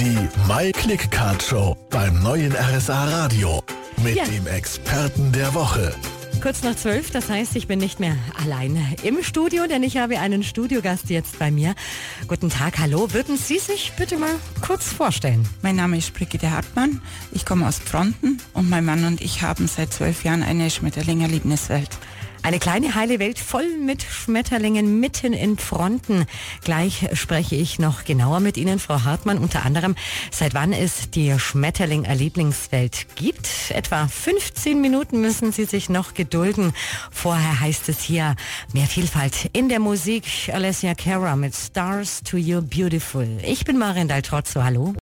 Die My-Click-Card-Show beim neuen RSA Radio mit dem Experten der Woche. Kurz nach 12, das heißt, ich bin nicht mehr allein im Studio, denn ich habe einen Studiogast jetzt bei mir. Guten Tag, hallo. Würden Sie sich bitte mal kurz vorstellen? Mein Name ist Brigitte Hartmann, ich komme aus Pfronten und mein Mann und ich haben seit 12 Jahren eine Schmetterling-Erlebniswelt. Eine kleine heile Welt voll mit Schmetterlingen mitten in Pfronten. Gleich spreche ich noch genauer mit Ihnen, Frau Hartmann, unter anderem, seit wann es die Schmetterling-Erlebniswelt gibt. Etwa 15 Minuten müssen Sie sich noch gedulden. Vorher heißt es hier mehr Vielfalt in der Musik. Alessia Cara mit Stars to You Beautiful. Ich bin Marin Daltrozzo, hallo.